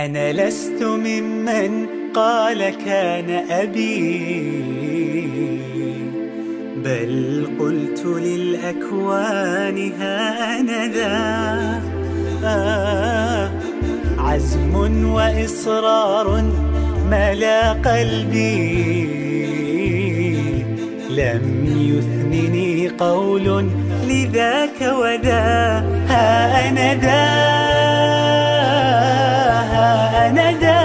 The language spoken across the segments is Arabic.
أنا لست ممن قال كان أبي، بل قلت للأكوان ها أنا ذا. عزم وإصرار ملا قلبي، لم يثنني قول لذاك وذا. ها أنا ذا، ها أنا ذا،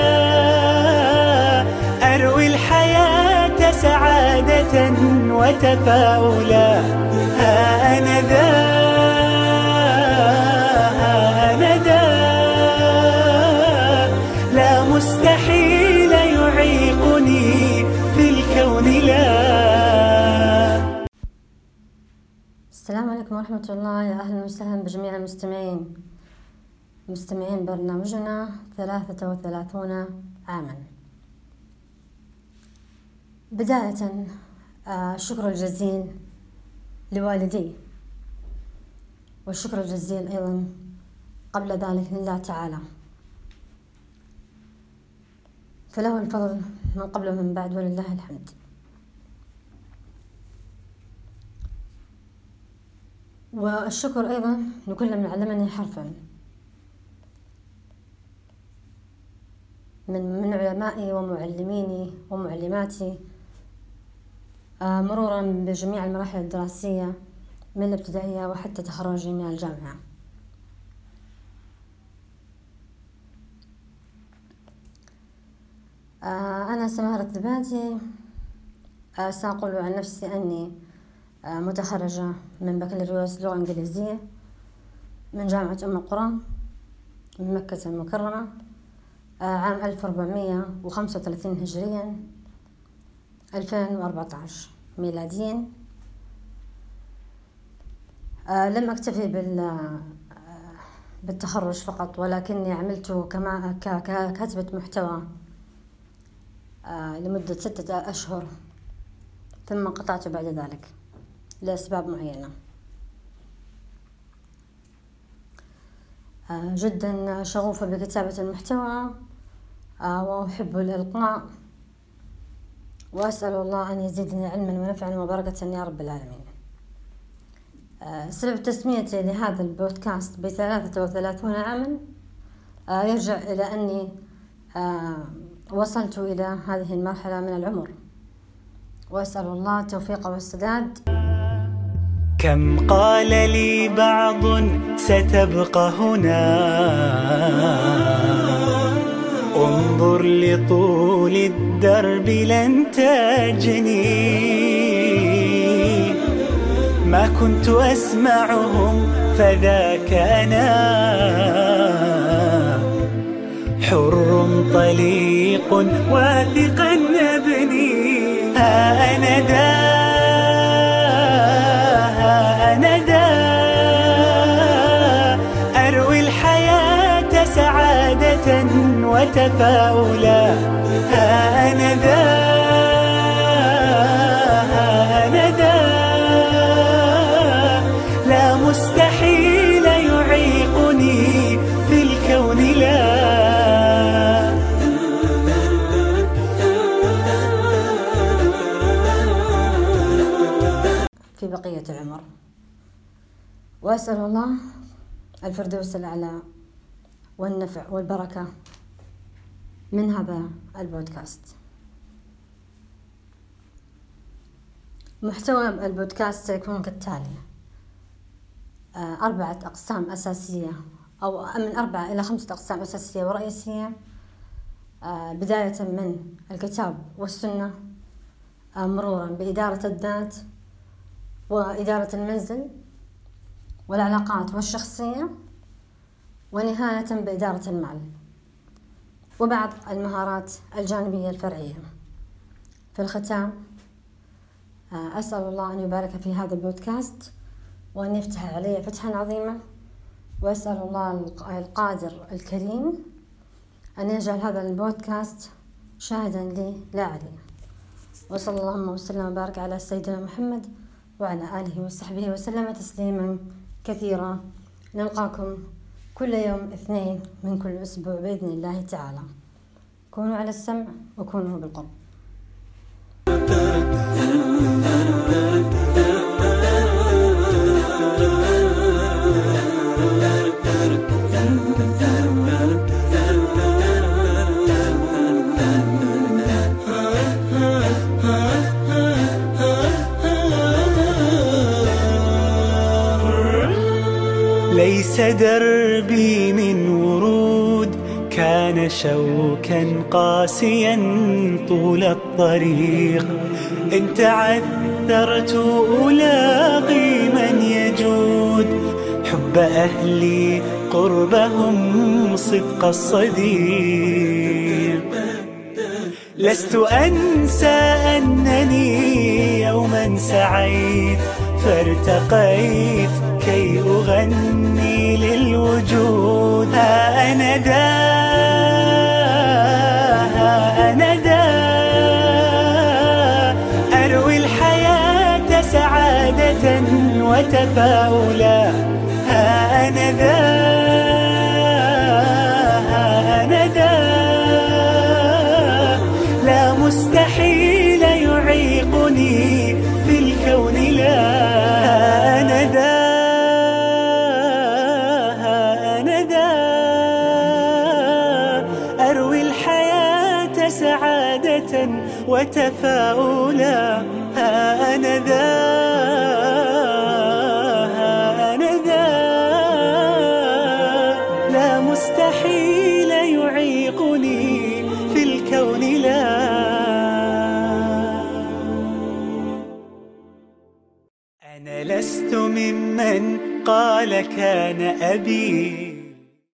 أروي الحياة سعادة وتفاؤلا. ها أنا ذا، ها أنا ذا، لا مستحيل يعيقني في الكون لا. السلام عليكم ورحمة الله، يا أهلا وسهلا بجميع مستمعين برنامجنا 33 عاما. بداية الشكر الجزيل لوالدي، والشكر الجزيل أيضا قبل ذلك لله تعالى، فله الفضل من قبل ومن بعد ولله الحمد. والشكر أيضا لكل من علمني حرفا من علمائي ومعلميني ومعلماتي، مرورا بجميع المراحل الدراسية من الابتدائية وحتى تخرجي من الجامعة. أنا سمارة البادي، سأقول عن نفسي أني متخرجة من بكالوريوس لغة إنجليزية من جامعة أم القرى من مكة المكرمة، عام 1435 هجريا 2014 ميلاديا. لم أكتفي بالتخرج فقط، ولكني عملت ككاتبة محتوى لمدة 6 أشهر، ثم قطعت بعد ذلك لأسباب معينة. جدا شغوفة بكتابة المحتوى وأحب الإلقاء، وأسأل الله أن يزيدني علما ونفعا وبركة يا رب العالمين. سبب تسميتي لهذا البودكاست ب33 عاما يرجع إلى أني وصلت إلى هذه المرحلة من العمر، وأسأل الله التوفيق والسداد. كم قال لي بعض ستبقى هنا، انظر لطول الدرب لن تجني. ما كنت أسمعهم فذاك أنا، حر طليق واثقا أبني. ها أنا ذا، ها أنا ذا، أروي الحياة سعادة وتفاؤلا. ها أنا ذا، ها أنا ذا، لا مستحيل يعيقني في الكون لا. في بقية العمر، وأسأل الله الفردوس الأعلى والنفع والبركة من هذا البودكاست. محتوى البودكاست سيكون كالتالي: 4 أقسام أساسية، أو من 4 إلى 5 أقسام أساسية ورئيسية، بداية من الكتاب والسنة، مرورا بإدارة الذات وإدارة المنزل والعلاقات والشخصية، ونهاية بإدارة المال وبعض المهارات الجانبية الفرعية. في الختام أسأل الله أن يبارك في هذا البودكاست وأن يفتح علي فتحا عظيما، وأسأل الله القادر الكريم أن يجعل هذا البودكاست شاهدا لي لا علي. وصلى اللهم وسلم وبارك على سيدنا محمد وعلى آله وصحبه وسلم تسليما كثيرا. نلقاكم كل يوم اثنين من كل أسبوع بإذن الله تعالى. كونوا على السمع وكونوا بالقرب. ليس دربي من ورود كان شوكا قاسيا طول الطريق، إن تعثرت ألاقي من يجود حب أهلي قربهم صدق الصديق. لست أنسى أنني يوما سعيت فارتقيت كي أغني للوجود. ها أنا ذا أروي الحياة سعادة وتفاؤلا. ها أنا ذا لا مستحيل يعيقني في الكون لا. أروي الحياة سعادة وتفاؤلا. ها أنا ذا لا مستحيل يعيقني في الكون لا. أنا لست ممن قال كان أبي